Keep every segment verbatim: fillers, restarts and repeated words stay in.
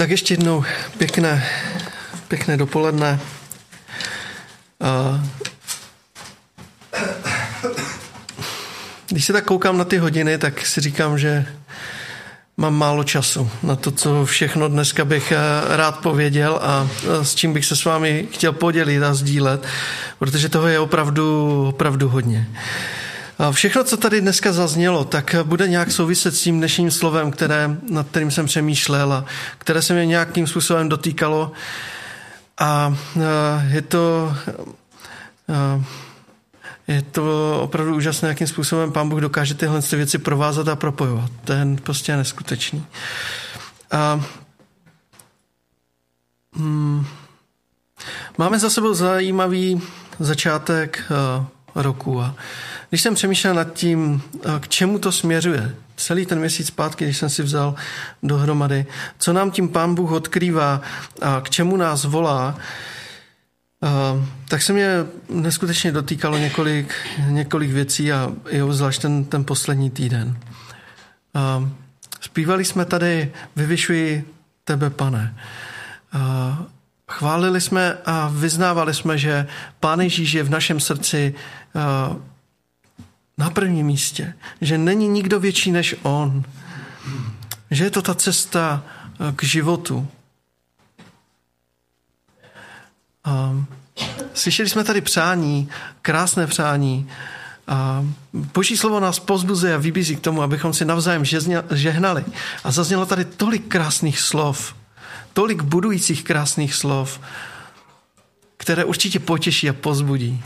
Tak ještě jednou pěkné, pěkné dopoledne. Když se tak koukám na ty hodiny, tak si říkám, že mám málo času na to, co všechno dneska bych rád pověděl a s čím bych se s vámi chtěl podělit a sdílet, protože toho je opravdu, opravdu hodně. A všechno, co tady dneska zaznělo, tak bude nějak souviset s tím dnešním slovem, které, nad kterým jsem přemýšlel a které se mě nějakým způsobem dotýkalo. A je to, je to opravdu úžasné, jakým způsobem Pán Bůh dokáže tyhle věci provázat a propojovat. To je prostě neskutečný. A, hmm, máme za sebou zajímavý začátek roku a když jsem přemýšlel nad tím, k čemu to směřuje, celý ten měsíc zpátky, když jsem si vzal dohromady, co nám tím Pán Bůh odkrývá a k čemu nás volá, tak se mě neskutečně dotýkalo několik, několik věcí a i obzvlášť ten, ten poslední týden. Zpívali jsme tady Vyvyšuji tebe, Pane. Chválili jsme a vyznávali jsme, že Pán Ježíš je v našem srdci na prvním místě, že není nikdo větší než on, že je to ta cesta k životu. A slyšeli jsme tady přání, krásné přání. A Boží slovo nás povzbuzuje a vybízí k tomu, abychom si navzájem žehnali. A zaznělo tady tolik krásných slov, tolik budujících krásných slov, které určitě potěší a povzbudí.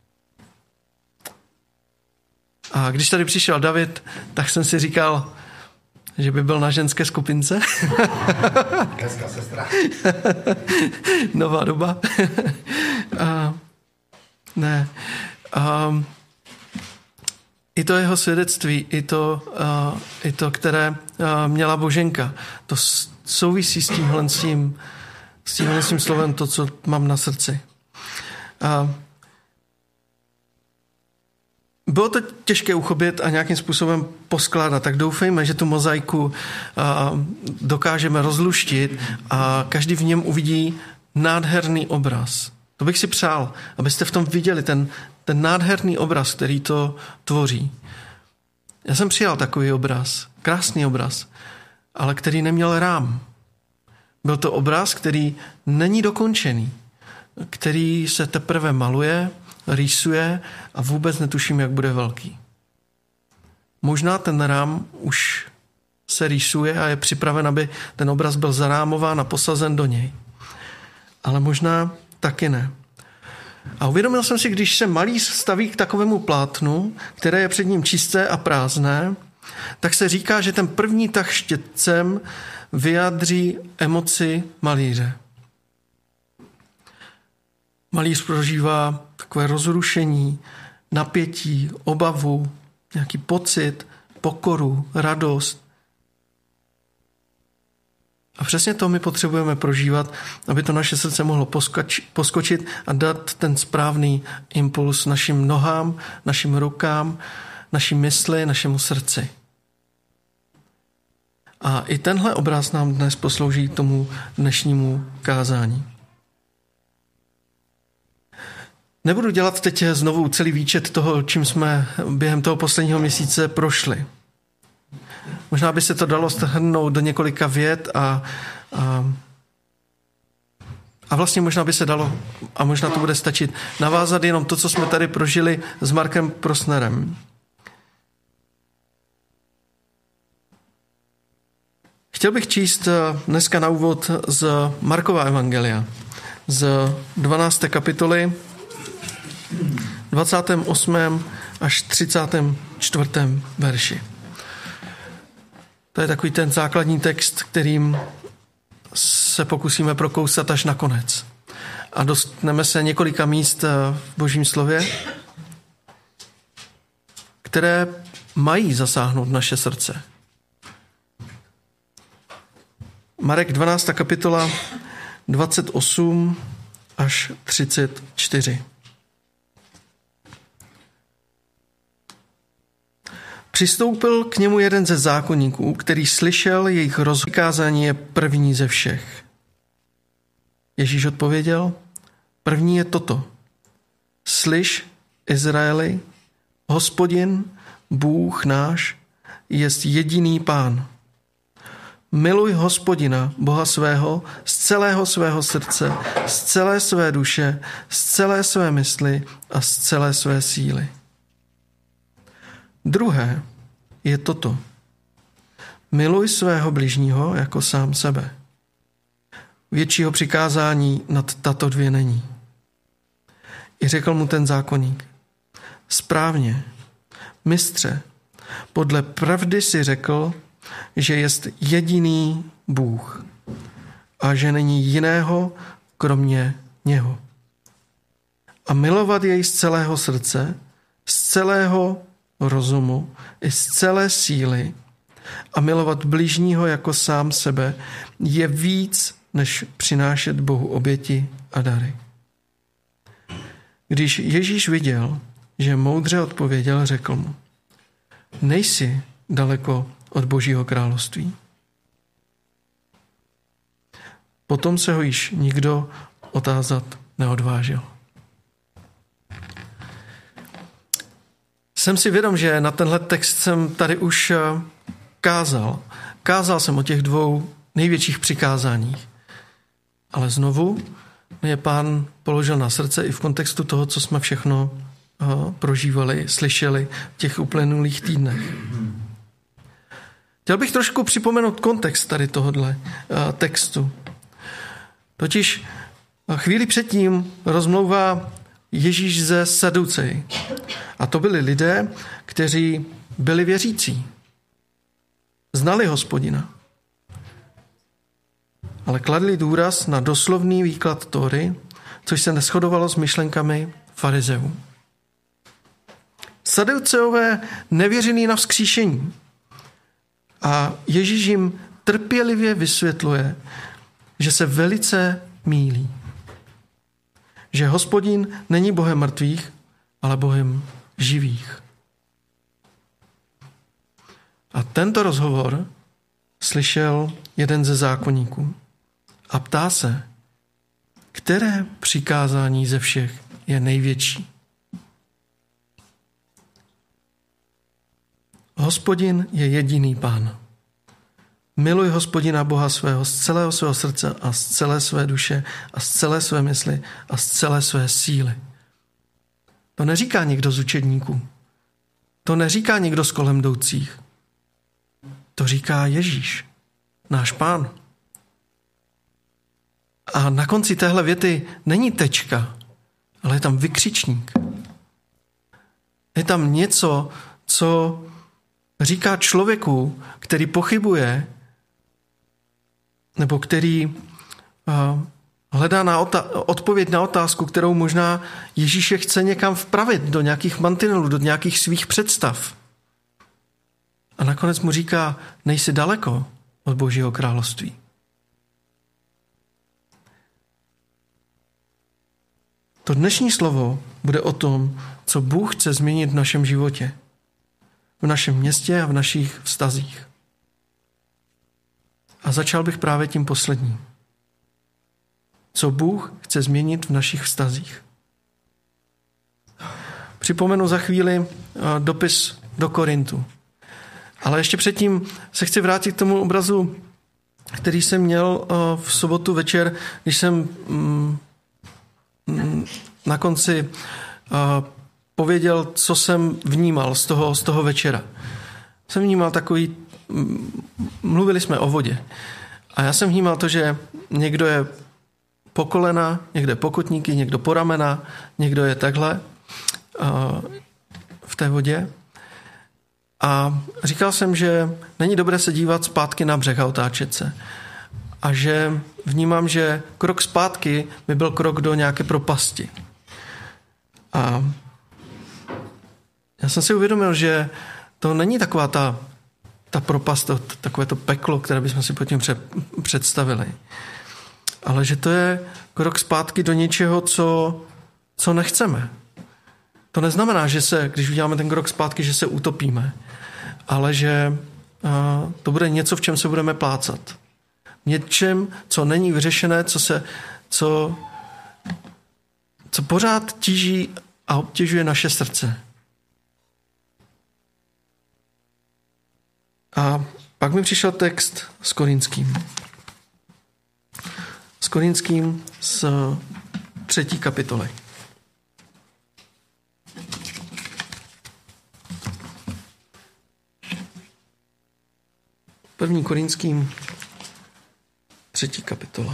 A když tady přišel David, tak jsem si říkal, že by byl na ženské skupince. Hezká sestra. Nová doba. a, ne. A, I to jeho svědectví, i to, a, i to které a, měla Boženka, to souvisí s tímhle s tím, s tímhle s tím slovem, to, co mám na srdci. A, Bylo to těžké uchopit a nějakým způsobem poskládat, tak doufejme, že tu mozaiku dokážeme rozluštit a každý v něm uvidí nádherný obraz. To bych si přál, abyste v tom viděli ten, ten nádherný obraz, který to tvoří. Já jsem přijal takový obraz, krásný obraz, ale který neměl rám. Byl to obraz, který není dokončený, který se teprve maluje, rýsuje a vůbec netuším, jak bude velký. Možná ten rám už se rýsuje a je připraven, aby ten obraz byl zarámován a posazen do něj. Ale možná taky ne. A uvědomil jsem si, když se malíř staví k takovému plátnu, které je před ním čisté a prázdné, tak se říká, že ten první tah štětcem vyjádří emoci malíře. Malíř prožívá takové rozrušení, napětí, obavu, nějaký pocit, pokoru, radost. A přesně to my potřebujeme prožívat, aby to naše srdce mohlo poskoč, poskočit a dát ten správný impuls našim nohám, našim rukám, naší mysli, našemu srdci. A i tenhle obraz nám dnes poslouží tomu dnešnímu kázání. Nebudu dělat teď znovu celý výčet toho, čím jsme během toho posledního měsíce prošli. Možná by se to dalo shrnout do několika vět a, a, a vlastně možná by se dalo, a možná to bude stačit, navázat jenom to, co jsme tady prožili s Markem Prosnerem. Chtěl bych číst dneska na úvod z Markova evangelia, z dvanácté kapitoly, dvacátém osmém až třicátém čtvrtém verši. To je takový ten základní text, kterým se pokusíme prokousat až na konec. A dostaneme se několika míst v Božím slově, které mají zasáhnout naše srdce. Marek dvanáctá kapitola dvacet osm až třicet čtyři. Přistoupil k němu jeden ze zákonníků, který slyšel jejich rozkázání je první ze všech. Ježíš odpověděl, první je toto. Slyš, Izraeli, Hospodin, Bůh náš, jest jediný Pán. Miluj Hospodina, Boha svého, z celého svého srdce, z celé své duše, z celé své mysli a z celé své síly. Druhé je toto. Miluj svého bližního jako sám sebe. Většího přikázání nad tato dvě není. I řekl mu ten zákonník. Správně, mistře, podle pravdy si řekl, že jest jediný Bůh a že není jiného kromě něho. A milovat jej z celého srdce, z celého rozumu i z celé síly a milovat bližního jako sám sebe je víc, než přinášet Bohu oběti a dary. Když Ježíš viděl, že moudře odpověděl, řekl mu, nejsi daleko od Božího království. Potom se ho již nikdo otázat neodvážil. Jsem si vědom, že na tenhle text jsem tady už kázal. Kázal jsem o těch dvou největších přikázáních. Ale znovu mě Pán položil na srdce i v kontextu toho, co jsme všechno prožívali, slyšeli v těch uplynulých týdnech. Chtěl bych trošku připomenout kontext tady tohohle textu. Totiž chvíli předtím rozmlouvá Ježíš ze Saduceji. A to byli lidé, kteří byli věřící. Znali Hospodina. Ale kladli důraz na doslovný výklad Tóry, což se neshodovalo s myšlenkami farizeů. Saduceové nevěřili na vzkříšení. A Ježíš jim trpělivě vysvětluje, že se velice mýlí. Že Hospodin není Bohem mrtvých, ale Bohem živých. A tento rozhovor slyšel jeden ze zákonníků a ptá se, které přikázání ze všech je největší. Hospodin je jediný Pán. Miluj Hospodina Boha svého z celého svého srdce a z celé své duše a z celé své mysli a z celé své síly. To neříká někdo z učedníků. To neříká někdo z kolem jdoucích. To říká Ježíš, náš Pán. A na konci téhle věty není tečka, ale je tam vykřičník. Je tam něco, co říká člověku, který pochybuje, nebo který uh, hledá na ota- odpověď na otázku, kterou možná Ježíše chce někam vpravit, do nějakých mantinelů, do nějakých svých představ. A nakonec mu říká, nejsi daleko od Božího království. To dnešní slovo bude o tom, co Bůh chce změnit v našem životě, v našem městě a v našich vztazích. A začal bych právě tím posledním. Co Bůh chce změnit v našich vztazích. Připomenu za chvíli dopis do Korintu. Ale ještě předtím se chci vrátit k tomu obrazu, který jsem měl v sobotu večer, když jsem na konci pověděl, co jsem vnímal z toho, z toho večera. Jsem vnímal takový, mluvili jsme o vodě. A já jsem vnímal to, že někdo je po kolena, někdo je po kotníky, někdo po ramena, někdo je takhle v té vodě. A říkal jsem, že není dobré se dívat zpátky na břeh a otáčet se. A že vnímám, že krok zpátky by byl krok do nějaké propasti. A já jsem si uvědomil, že to není taková ta, ta propast, to, takové to peklo, které bychom si pod tím představili. Ale že to je krok zpátky do něčeho, co, co nechceme. To neznamená, že se, když uděláme ten krok zpátky, že se utopíme. ale že to bude něco, v čem se budeme plácat. Něčem, co není vyřešené, co se, co, co pořád tíží a obtěžuje naše srdce. A pak mi přišel text s Korinským. S Korinským z třetí kapitoly. První Korinským třetí kapitola.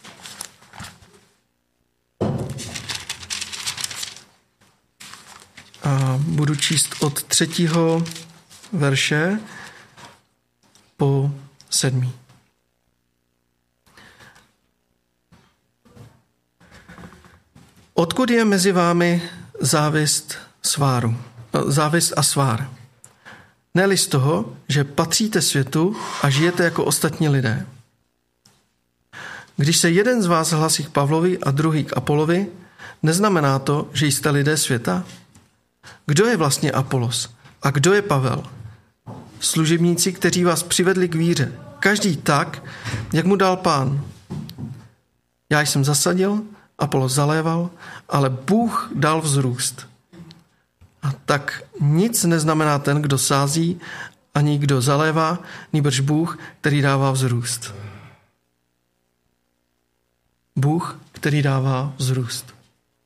A budu číst od třetího verše po sedmý. Odkud je mezi vámi závist, sváru, závist a svár? Ne-li z toho, že patříte světu a žijete jako ostatní lidé. Když se jeden z vás hlasí k Pavlovi a druhý k Apolovi, neznamená to, že jste lidé světa? Kdo je vlastně Apolos a kdo je Pavel? Služebníci, kteří vás přivedli k víře. Každý tak, jak mu dal Pán. Já jsem zasadil, Apolos zaléval, ale Bůh dal vzrůst. A tak nic neznamená ten, kdo sází, ani kdo zalévá, nýbrž Bůh, který dává vzrůst. Bůh, který dává vzrůst.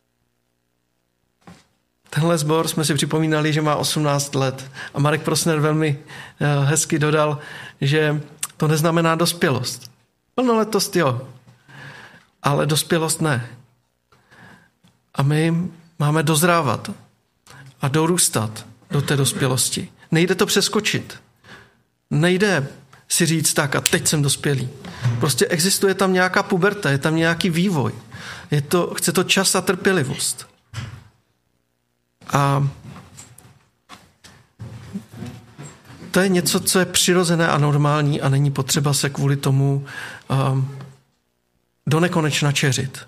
Tenhle sbor jsme si připomínali, že má osmnáct let. A Marek Prosner velmi hezky dodal, že to neznamená dospělost. Plnoletost jo, ale dospělost ne. A my máme dozrávat a dorůstat do té dospělosti. Nejde to přeskočit. Nejde si říct tak a teď jsem dospělý. Prostě existuje tam nějaká puberta, je tam nějaký vývoj. Je to, chce to čas a trpělivost. A to je něco, co je přirozené a normální a není potřeba se kvůli tomu um, do nekonečna čeřit.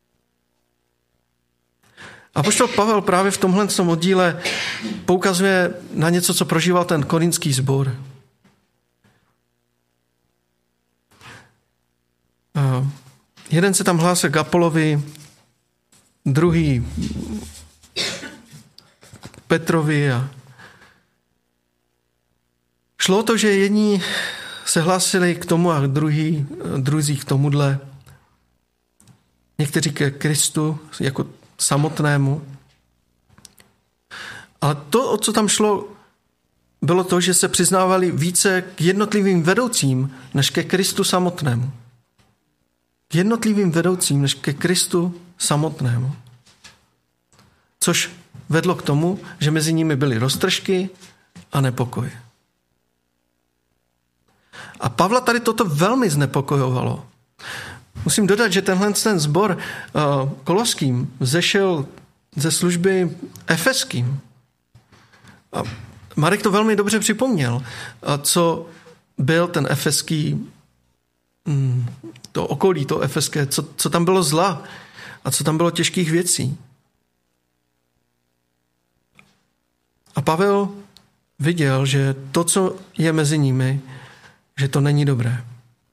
Apoštol Pavel právě v tomhle oddíle poukazuje na něco, co prožíval ten korinský sbor. Uh, jeden se tam hlásil k Apolovi, druhý Petrovi a šlo o to, že jedni se hlásili k tomu a druhý, druzí k tomuhle. Někteří ke Kristu jako samotnému. Ale to, o co tam šlo, bylo to, že se přiznávali více k jednotlivým vedoucím, než ke Kristu samotnému. K jednotlivým vedoucím, než ke Kristu samotnému. Což vedlo k tomu, že mezi nimi byly roztržky a nepokoj. A Pavla tady toto velmi znepokojovalo. Musím dodat, že tenhle ten sbor uh, koloským zešel ze služby efeským. A Marek to velmi dobře připomněl, a co byl ten efeský, mm, to okolí, to efeské, co, co tam bylo zla a co tam bylo těžkých věcí. A Pavel viděl, že to, co je mezi nimi, že to není dobré.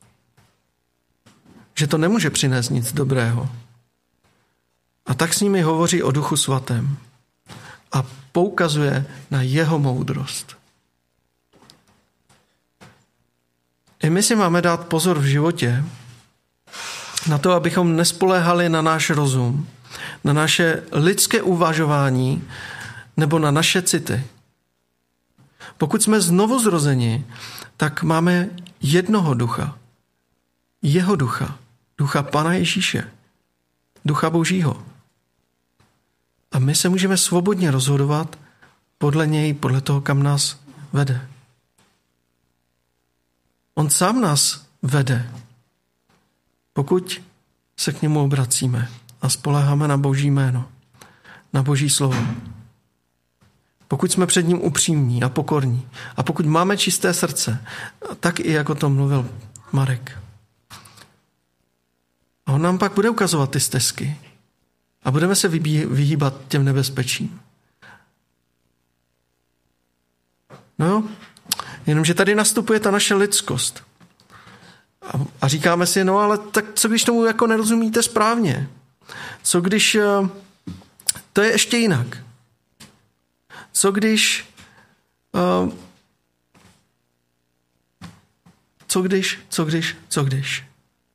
Že to nemůže přinést nic dobrého. A tak s nimi hovoří o Duchu Svatém a poukazuje na jeho moudrost. I my si máme dát pozor v životě na to, abychom nespoléhali na náš rozum, na naše lidské uvažování nebo na naše city. Pokud jsme znovu zrozeni, tak máme jednoho ducha. Jeho ducha. Ducha Pana Ježíše. Ducha Božího. A my se můžeme svobodně rozhodovat podle něj, podle toho, kam nás vede. On sám nás vede, pokud se k němu obracíme a spoléháme na Boží jméno, na Boží slovo. Pokud jsme před ním upřímní a pokorní a pokud máme čisté srdce, tak i jak o tom mluvil Marek. A on nám pak bude ukazovat ty stezky a budeme se vyhýbat těm nebezpečím. No jo, Jenomže tady nastupuje ta naše lidskost. A, a říkáme si, no ale tak co když tomu jako nerozumíte správně? Co když to je ještě jinak? Co když uh, co když, co když, co když?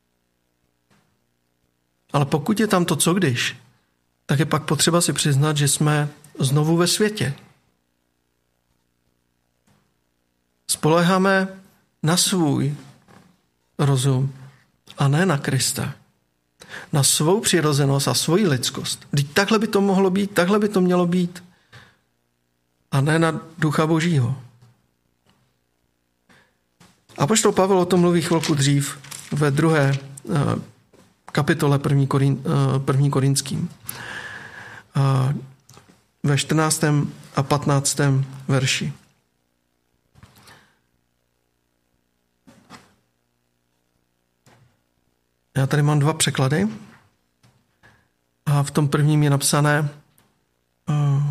Ale pokud je tam to co když, tak je pak potřeba si přiznat, že jsme znovu ve světě. Spoléháme na svůj rozum a ne na Krista. Na svou přirozenost a svoji lidskost. Vždyť takhle by to mohlo být, takhle by to mělo být. A ne na Ducha Božího. Apoštol Pavel o tom mluví chvilku dřív ve druhé kapitole první, Korin, první Korinským. Ve čtrnáctém a patnáctém verši. Já tady mám dva překlady. A v tom prvním je napsané uh,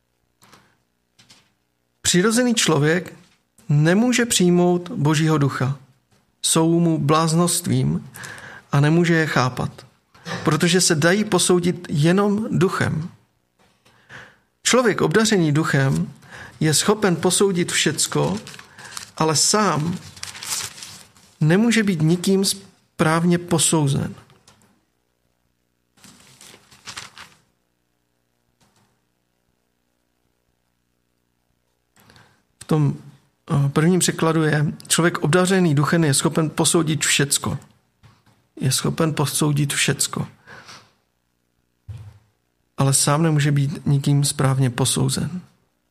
přirozený člověk nemůže přijmout Božího ducha. Jsou mu bláznostvím a nemůže je chápat, protože se dají posoudit jenom duchem. Člověk obdařený duchem je schopen posoudit všecko, ale sám nemůže být nikým správně posouzen. V tom prvním překladu je, člověk obdařený duchem je schopen posoudit všecko. Je schopen posoudit všecko. Ale sám nemůže být nikým správně posouzen.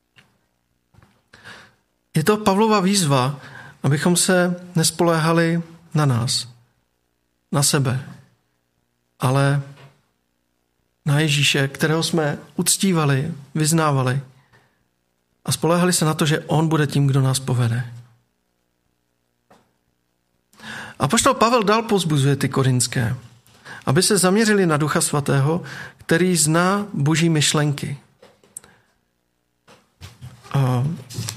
Je to Pavlova výzva, abychom se nespoléhali na nás, na sebe, ale na Ježíše, kterého jsme uctívali, vyznávali a spoléhali se na to, že on bude tím, kdo nás povede. Apoštol Pavel dál povzbuzuje ty korinské, aby se zaměřili na Ducha Svatého, který zná Boží myšlenky. A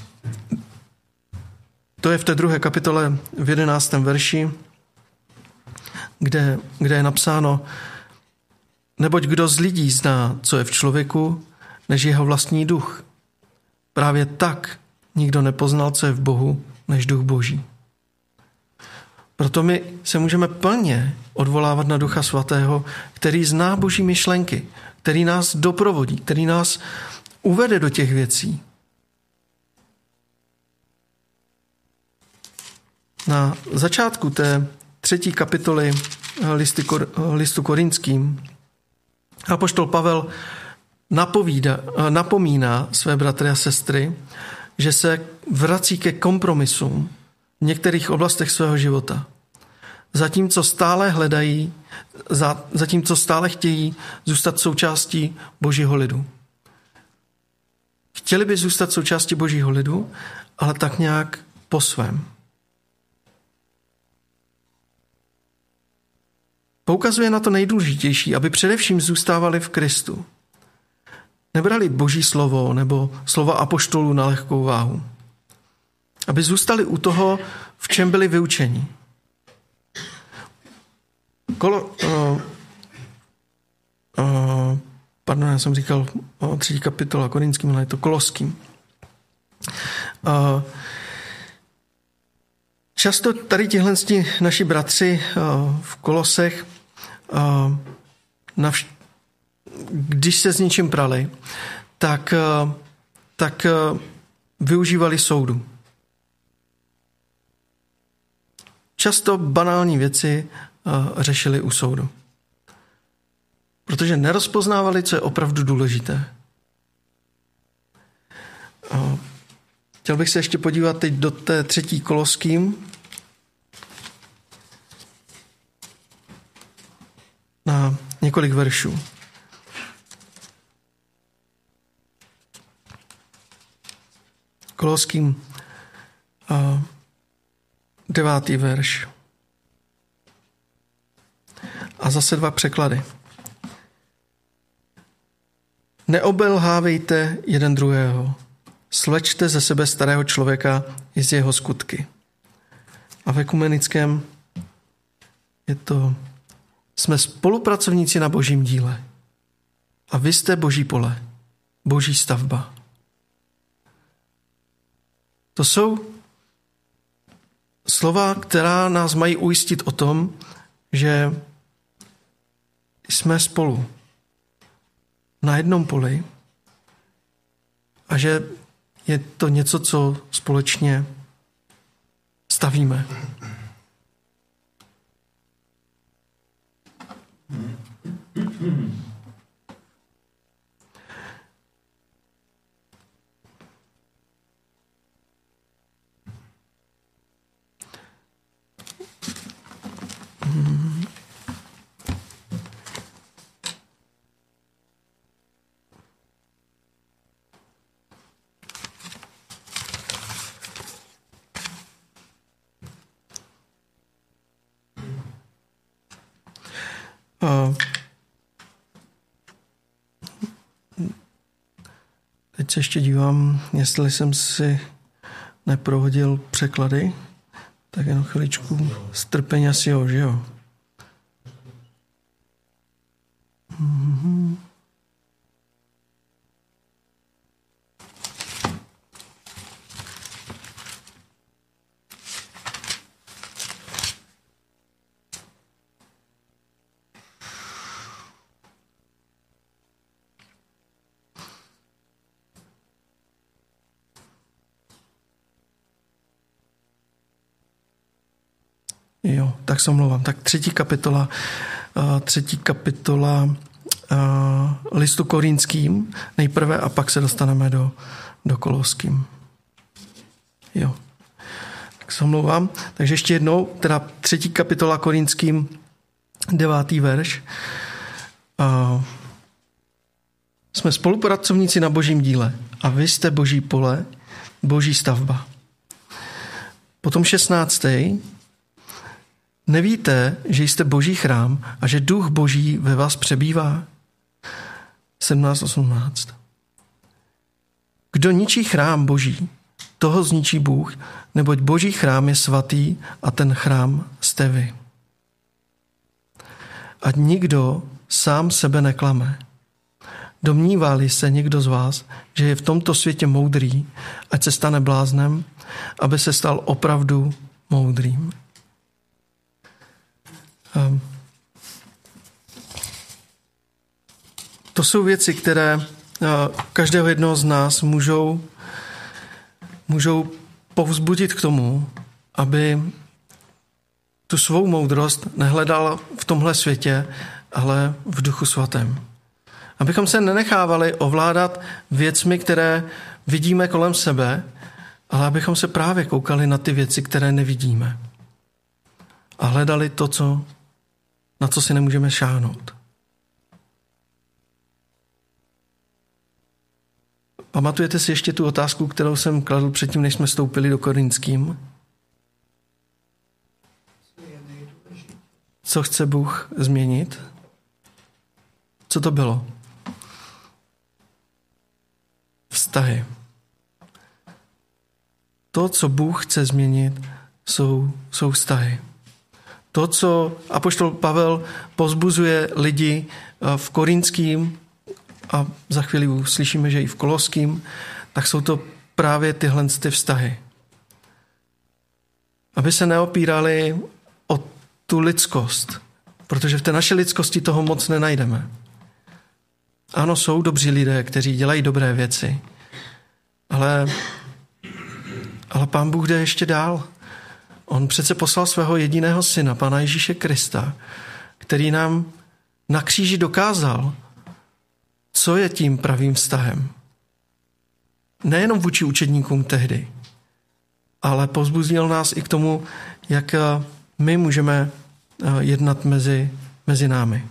to je v té druhé kapitole v jedenáctém verši, kde, kde je napsáno: neboť kdo z lidí zná, co je v člověku, než jeho vlastní duch. Právě tak nikdo nepoznal, co je v Bohu, než duch Boží. Proto my se můžeme plně odvolávat na Ducha Svatého, který zná Boží myšlenky, který nás doprovodí, který nás uvede do těch věcí. Na začátku té třetí kapitoly listy, listu Korinským apoštol Pavel napovídá, napomíná své bratry a sestry, že se vrací ke kompromisům v některých oblastech svého života. Zatímco stále hledají, zatímco stále chtějí zůstat součástí Božího lidu. Chtěli by zůstat součástí Božího lidu, ale tak nějak po svém. Poukazuje na to nejdůležitější, aby především zůstávali v Kristu. Nebrali Boží slovo nebo slova apoštolů na lehkou váhu. Aby zůstali u toho, v čem byli vyučeni. Kolo, uh, uh, pardon, já jsem říkal uh, třetí kapitola Korinským, ale je to Koloským. Uh, často tady tihle naši bratři uh, v Kolosech, uh, navš- když se s něčím prali, tak, uh, tak uh, využívali soudu. Často banální věci uh, řešili u soudu. Protože nerozpoznávali, co je opravdu důležité. Uh, chtěl bych se ještě podívat teď do té třetí Koloským. Na několik veršů. Koloským uh, devátý verš. A zase dva překlady. Neobelhávejte jeden druhého. Slečte ze sebe starého člověka i z jeho skutky. A v ekumenickém je to, jsme spolupracovníci na božím díle. A vy jste boží pole, boží stavba. To jsou slova, která nás mají ujistit o tom, že jsme spolu na jednom poli a že je to něco, co společně stavíme. A teď se ještě dívám, jestli jsem si neprohodil překlady, tak jenom chviličku strpeň asi jo, že jo. Mm-hmm. Jo, tak se omlouvám. Tak třetí kapitola, uh, třetí kapitola uh, listu Korinským nejprve a pak se dostaneme do, do Koloským. Jo, tak se omlouvám. Takže ještě jednou, teda třetí kapitola Korinským, devátý verš. Uh, jsme spolupracovníci na božím díle a vy jste boží pole, boží stavba. Potom šestnáctý Nevíte, že jste boží chrám a že duch boží ve vás přebývá? sedmnáct osmnáct Kdo ničí chrám boží, toho zničí Bůh, neboť boží chrám je svatý a ten chrám jste vy. Ať nikdo sám sebe neklame. Domnívá-li se někdo z vás, že je v tomto světě moudrý, ať se stane bláznem, aby se stal opravdu moudrým. Um, to jsou věci, které uh, každého jednoho z nás můžou, můžou povzbudit k tomu, aby tu svou moudrost nehledal v tomhle světě, ale v Duchu Svatém. Abychom se nenechávali ovládat věcmi, které vidíme kolem sebe, ale abychom se právě koukali na ty věci, které nevidíme. A hledali to, co, na co si nemůžeme šáhnout. Pamatujete si ještě tu otázku, kterou jsem kladl předtím, než jsme vstoupili do Korinským? Co chce Bůh změnit? Co to bylo? Vztahy. To, co Bůh chce změnit, jsou, jsou vztahy. To, co apoštol Pavel povzbuzuje lidi v Korinským a za chvíli slyšíme, že i v Koloským, tak jsou to právě tyhle ty vztahy. Aby se neopírali o tu lidskost, protože v té naší lidskosti toho moc nenajdeme. Ano, jsou dobří lidé, kteří dělají dobré věci, ale, ale Pán Bůh jde ještě dál. On přece poslal svého jediného syna, Pána Ježíše Krista, který nám na kříži dokázal, co je tím pravým vztahem. Nejenom vůči učedníkům tehdy, ale povzbudil nás i k tomu, jak my můžeme jednat mezi, mezi námi.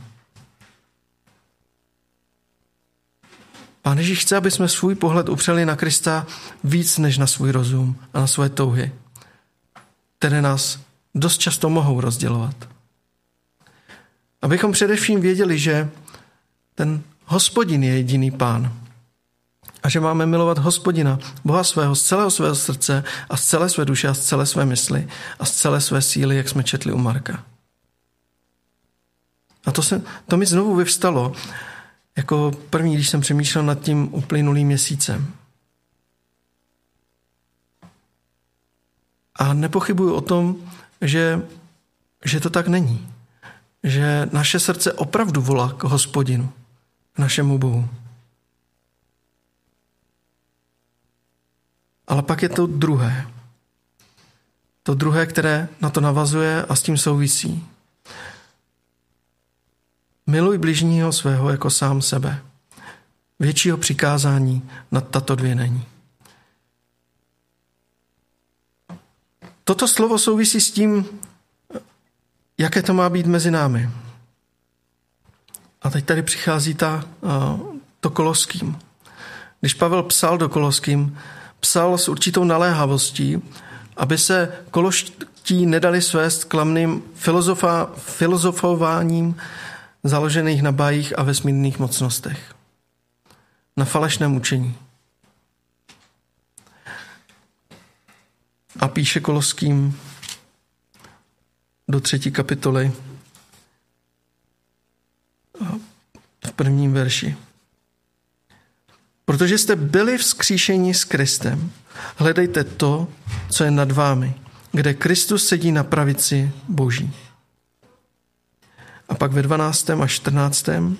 Pán Ježíš chce, aby jsme svůj pohled upřeli na Krista víc než na svůj rozum a na své touhy, které nás dost často mohou rozdělovat. Abychom především věděli, že ten Hospodin je jediný Pán. A že máme milovat Hospodina, Boha svého, z celého svého srdce a z celé své duše a z celé své mysli a z celé své síly, jak jsme četli u Marka. A to, se, to mi znovu vyvstalo, jako první, když jsem přemýšlel nad tím uplynulým měsícem. A nepochybuju o tom, že, že to tak není. Že naše srdce opravdu volá k Hospodinu, k našemu Bohu. Ale pak je to druhé. To druhé, které na to navazuje a s tím souvisí. Miluj bližního svého jako sám sebe. Většího přikázání nad tato dvě není. Toto slovo souvisí s tím, jaké to má být mezi námi. A teď tady přichází ta, to Koloským. Když Pavel psal do Koloským, psal s určitou naléhavostí, aby se Koloští nedali svést klamným filozofa, filozofováním založených na bájích a vesmírných mocnostech. Na falešném učení. A píše Koloským do třetí kapitoly v prvním verši. Protože jste byli vzkříšeni s Kristem, hledejte to, co je nad vámi, kde Kristus sedí na pravici Boží. A pak ve dvanáctém a čtrnáctém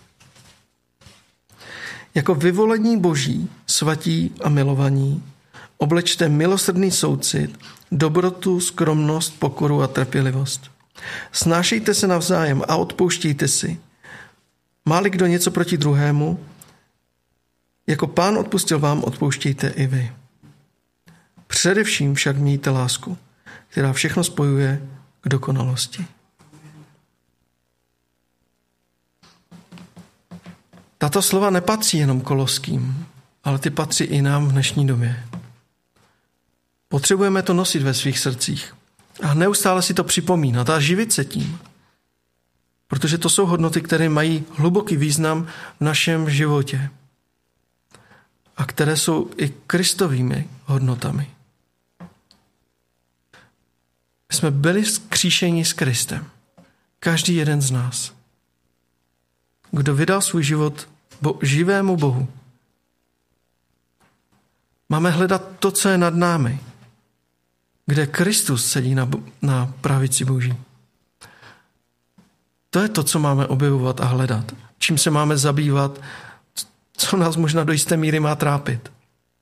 Jako vyvolení Boží, svatí a milovaní, oblečte milosrdný soucit, dobrotu, skromnost, pokoru a trpělivost. Snášejte se navzájem a odpouštějte si. Má-li kdo něco proti druhému, jako Pán odpustil vám, odpouštějte i vy. Především však mějte lásku, která všechno spojuje k dokonalosti. Tato slova nepatří jenom Koloským, ale ty patří i nám v dnešní době. Potřebujeme to nosit ve svých srdcích a neustále si to připomínat a živit se tím. Protože to jsou hodnoty, které mají hluboký význam v našem životě a které jsou i Kristovými hodnotami. My jsme byli vzkříšeni s Kristem. Každý jeden z nás. Kdo vydal svůj život bo- živému Bohu. Máme hledat to, co je nad námi, kde Kristus sedí na, na pravici Boží. To je to, co máme objevovat a hledat. Čím se máme zabývat, co nás možná do jisté míry má trápit.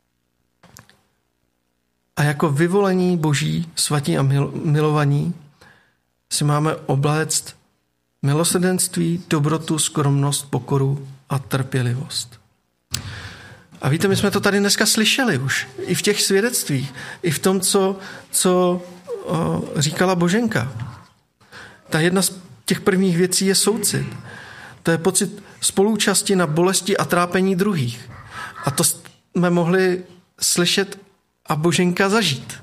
A jako vyvolení Boží, svatí a mil, milovaní si máme obléct milosrdenství, dobrotu, skromnost, pokoru a trpělivost. A víte, my jsme to tady dneska slyšeli už. I v těch svědectvích. I v tom, co, co o, říkala Boženka. Ta jedna z těch prvních věcí je soucit. To je pocit spoluúčasti na bolesti a trápení druhých. A to jsme mohli slyšet a Boženka zažít.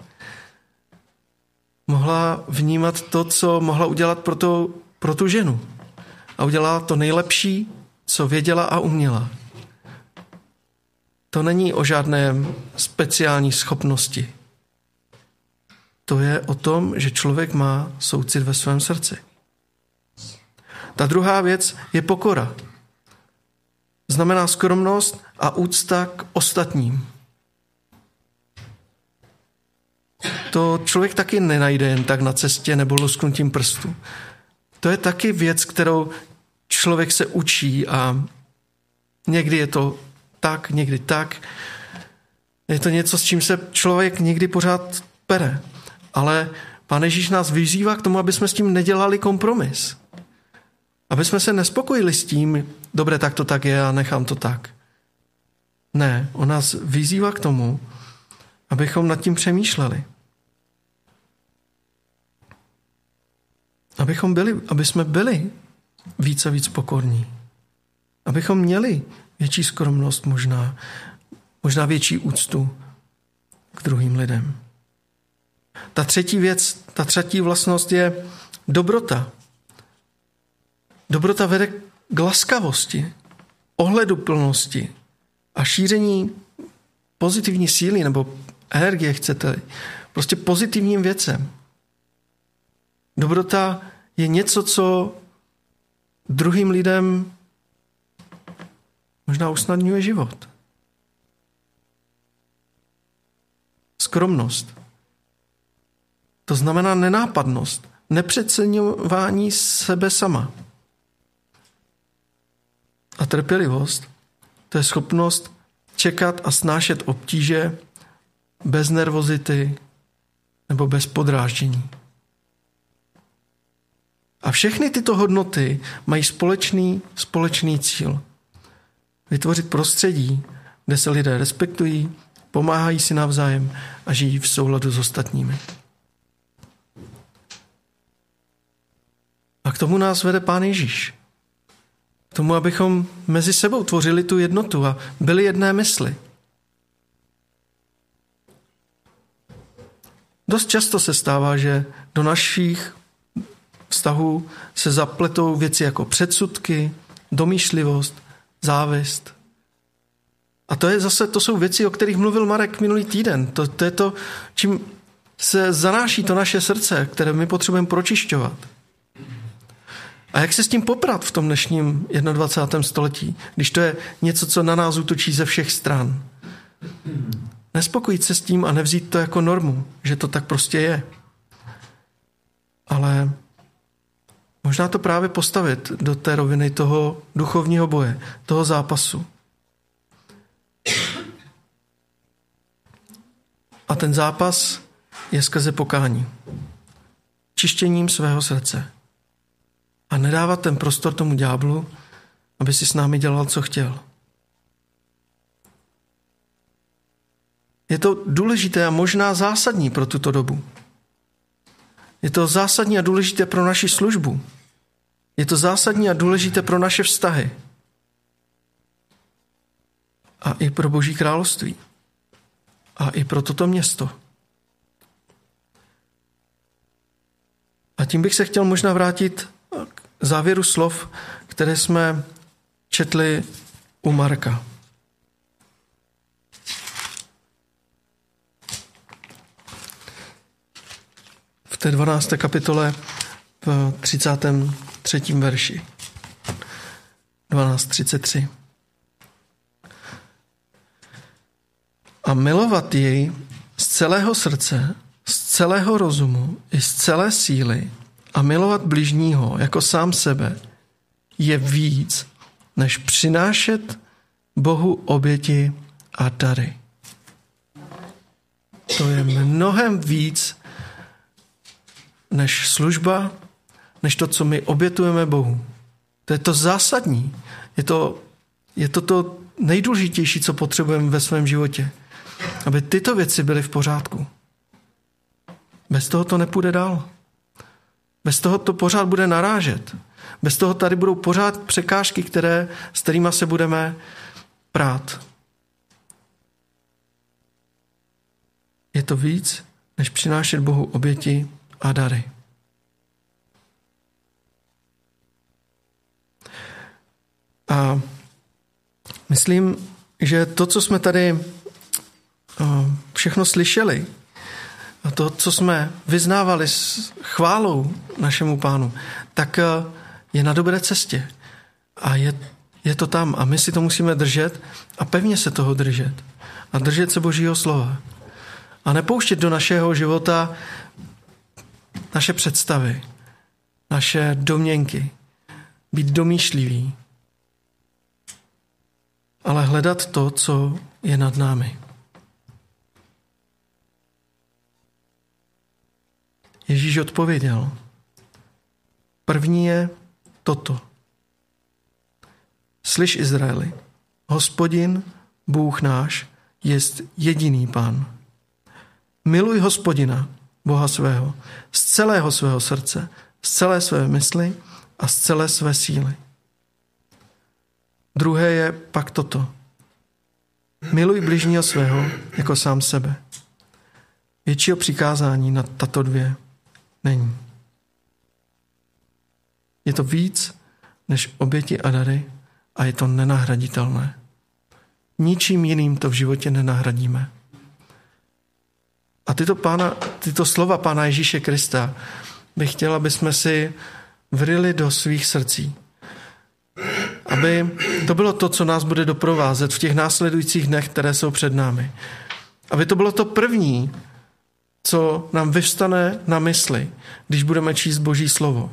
Mohla vnímat to, co mohla udělat pro, to, pro tu ženu. A udělala to nejlepší, co věděla a uměla. To není o žádné speciální schopnosti. To je o tom, že člověk má soucit ve svém srdci. Ta druhá věc je pokora. Znamená skromnost a úcta k ostatním. To člověk taky nenajde jen tak na cestě nebo lusknutím prstu. To je taky věc, kterou člověk se učí a někdy je to tak, někdy tak. Je to něco, s čím se člověk někdy pořád pere. Ale Pán Ježíš nás vyzývá k tomu, aby jsme s tím nedělali kompromis. Aby jsme se nespokojili s tím, dobré, tak to tak je a nechám to tak. Ne, on nás vyzývá k tomu, abychom nad tím přemýšleli. Abychom byli, aby jsme byli víc a víc pokorní. Abychom měli větší skromnost možná, možná větší úctu k druhým lidem. Ta třetí věc, ta třetí vlastnost je dobrota. Dobrota vede k laskavosti, ohleduplnosti a šíření pozitivní síly nebo energie, chcete-li, prostě pozitivním věcem. Dobrota je něco, co druhým lidem možná usnadňuje život. Skromnost. To znamená nenápadnost, nepřeceňování sebe sama. A trpělivost, to je schopnost čekat a snášet obtíže bez nervozity nebo bez podráždění. A všechny tyto hodnoty mají společný, společný cíl. Vytvořit prostředí, kde se lidé respektují, pomáhají si navzájem a žijí v souladu s ostatními. A k tomu nás vede Pán Ježíš. K tomu, abychom mezi sebou tvořili tu jednotu a byli jedné mysli. Dost často se stává, že do našich vztahů se zapletou věci jako předsudky, domýšlivost, závist. A to je zase, to jsou věci, o kterých mluvil Marek minulý týden. To, to je to, čím se zanáší to naše srdce, které my potřebujeme pročišťovat. A jak se s tím poprat v tom dnešním dvacátém prvním století, když to je něco, co na nás útočí ze všech stran? Nespokojit se s tím a nevzít to jako normu, že to tak prostě je. Ale možná to právě postavit do té roviny toho duchovního boje, toho zápasu. A ten zápas je skrze pokání. Čištěním svého srdce. A nedávat ten prostor tomu ďáblu, aby si s námi dělal, co chtěl. Je to důležité a možná zásadní pro tuto dobu. Je to zásadní a důležité pro naši službu. Je to zásadní a důležité pro naše vztahy. A i pro Boží království. A i pro toto město. A tím bych se chtěl možná vrátit k závěru slov, které jsme četli u Marka. V té dvanácté kapitole v třicátém třetím verši. dvanáct třicet tři. A milovat jej z celého srdce, z celého rozumu i z celé síly a milovat bližního jako sám sebe je víc, než přinášet Bohu oběti a dary. To je mnohem víc než služba, než to, co my obětujeme Bohu. To je to zásadní. Je to, je to to nejdůležitější, co potřebujeme ve svém životě. Aby tyto věci byly v pořádku. Bez toho to nepůjde dál. Bez toho to pořád bude narážet. Bez toho tady budou pořád překážky, které, s kterými se budeme prát. Je to víc, než přinášet Bohu oběti a dary. A myslím, že to, co jsme tady všechno slyšeli, a to, co jsme vyznávali s chválou našemu Pánu, tak je na dobré cestě. A je, je to tam. A my si to musíme držet a pevně se toho držet. A držet se Božího slova. A nepouštět do našeho života naše představy, naše domněnky. Být domýšlivý. Ale hledat to, co je nad námi. Ježíš odpověděl. První je toto. Slyš, Izraeli, Hospodin, Bůh náš, jest jediný Pán. Miluj Hospodina, Boha svého, z celého svého srdce, z celé své mysli a z celé své síly. Druhé je pak toto. Miluj bližního svého jako sám sebe. Většího přikázání na tato dvě není. Je to víc než oběti a dary a je to nenahraditelné. Ničím jiným to v životě nenahradíme. A tyto, pána, tyto slova Pána Ježíše Krista bych chtěl, aby jsme si vryli do svých srdcí. Aby to bylo to, co nás bude doprovázet v těch následujících dnech, které jsou před námi. Aby to bylo to první, co nám vyvstane na mysli, když budeme číst Boží slovo.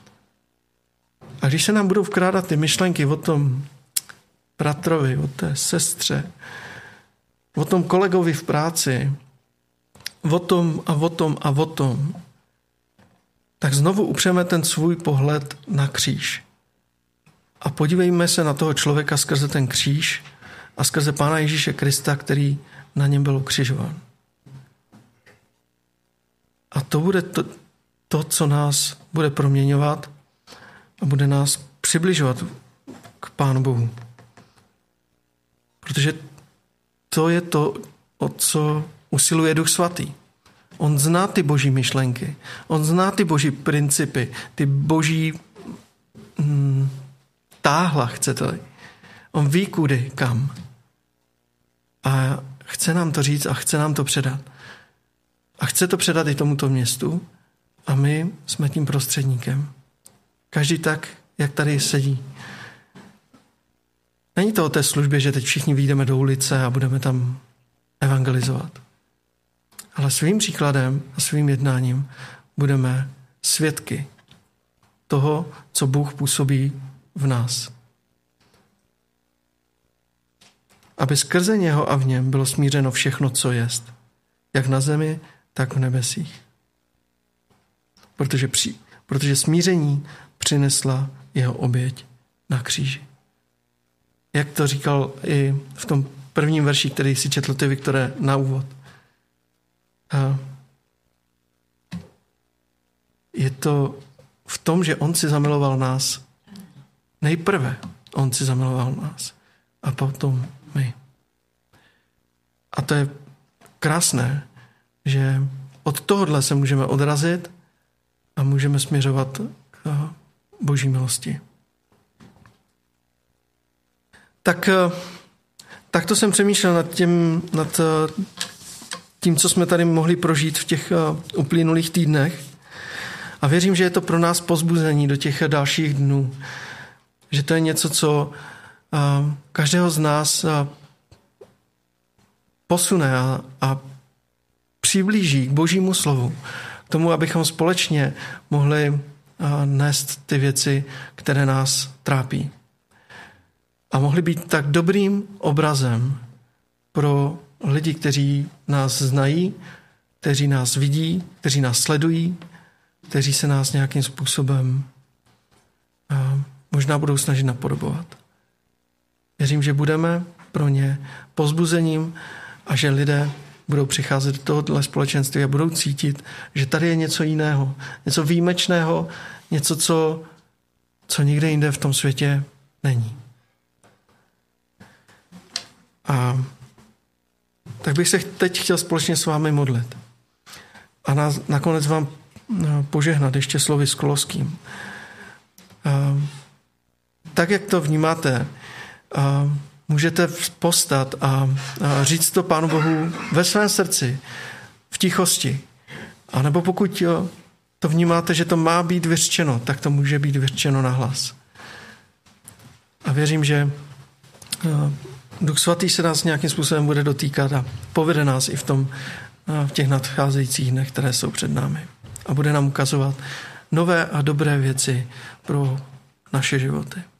A když se nám budou vkrádat ty myšlenky o tom bratrovi, o té sestře, o tom kolegovi v práci, o tom a o tom a o tom, tak znovu upřeme ten svůj pohled na kříž. A podívejme se na toho člověka skrze ten kříž a skrze Pána Ježíše Krista, který na něm byl ukřižován. A to bude to, to, co nás bude proměňovat a bude nás přibližovat k Pánu Bohu. Protože to je to, o co usiluje Duch Svatý. On zná ty boží myšlenky, on zná ty boží principy, ty boží mm, táhla, chcete-li. On ví kudy, kam. A chce nám to říct a chce nám to předat. A chce to předat i tomuto městu a my jsme tím prostředníkem. Každý tak, jak tady sedí. Není to o té službě, že teď všichni vyjdeme do ulice a budeme tam evangelizovat. Ale svým příkladem a svým jednáním budeme svědky toho, co Bůh působí v nás. Aby skrze něho a v něm bylo smířeno všechno, co jest, jak na zemi, tak v nebesích. Protože, při, protože smíření přinesla jeho oběť na kříži. Jak to říkal i v tom prvním verši, který si četl ty, Viktore, na úvod. A je to v tom, že on si zamiloval nás. Nejprve on si zamiloval nás. A potom my. A to je krásné, že od tohohle se můžeme odrazit a můžeme směřovat k Boží milosti. Tak, tak to jsem přemýšlel nad tím, nad tím, co jsme tady mohli prožít v těch uplynulých týdnech. A věřím, že je to pro nás povzbuzení do těch dalších dnů. Že to je něco, co každého z nás posune a, a přiblíží k Božímu slovu. K tomu, abychom společně mohli nést ty věci, které nás trápí. A mohli být tak dobrým obrazem pro lidi, kteří nás znají, kteří nás vidí, kteří nás sledují, kteří se nás nějakým způsobem možná budou snažit napodobovat. Věřím, že budeme pro ně povzbuzením a že lidé budou přicházet do tohoto společenství a budou cítit, že tady je něco jiného, něco výjimečného, něco, co, co nikde jinde v tom světě není. A tak bych se teď chtěl společně s vámi modlit. A na, nakonec vám požehnat ještě slovy s Koloským. A, tak, jak to vnímáte, a, můžete postat a, a říct to Pánu Bohu ve svém srdci, v tichosti. A nebo pokud jo, to vnímáte, že to má být vyřčeno, tak to může být vyřčeno nahlas. A věřím, že Duch Svatý se nás nějakým způsobem bude dotýkat a povede nás i v, tom, v těch nadcházejících dnech, které jsou před námi. A bude nám ukazovat nové a dobré věci pro naše životy.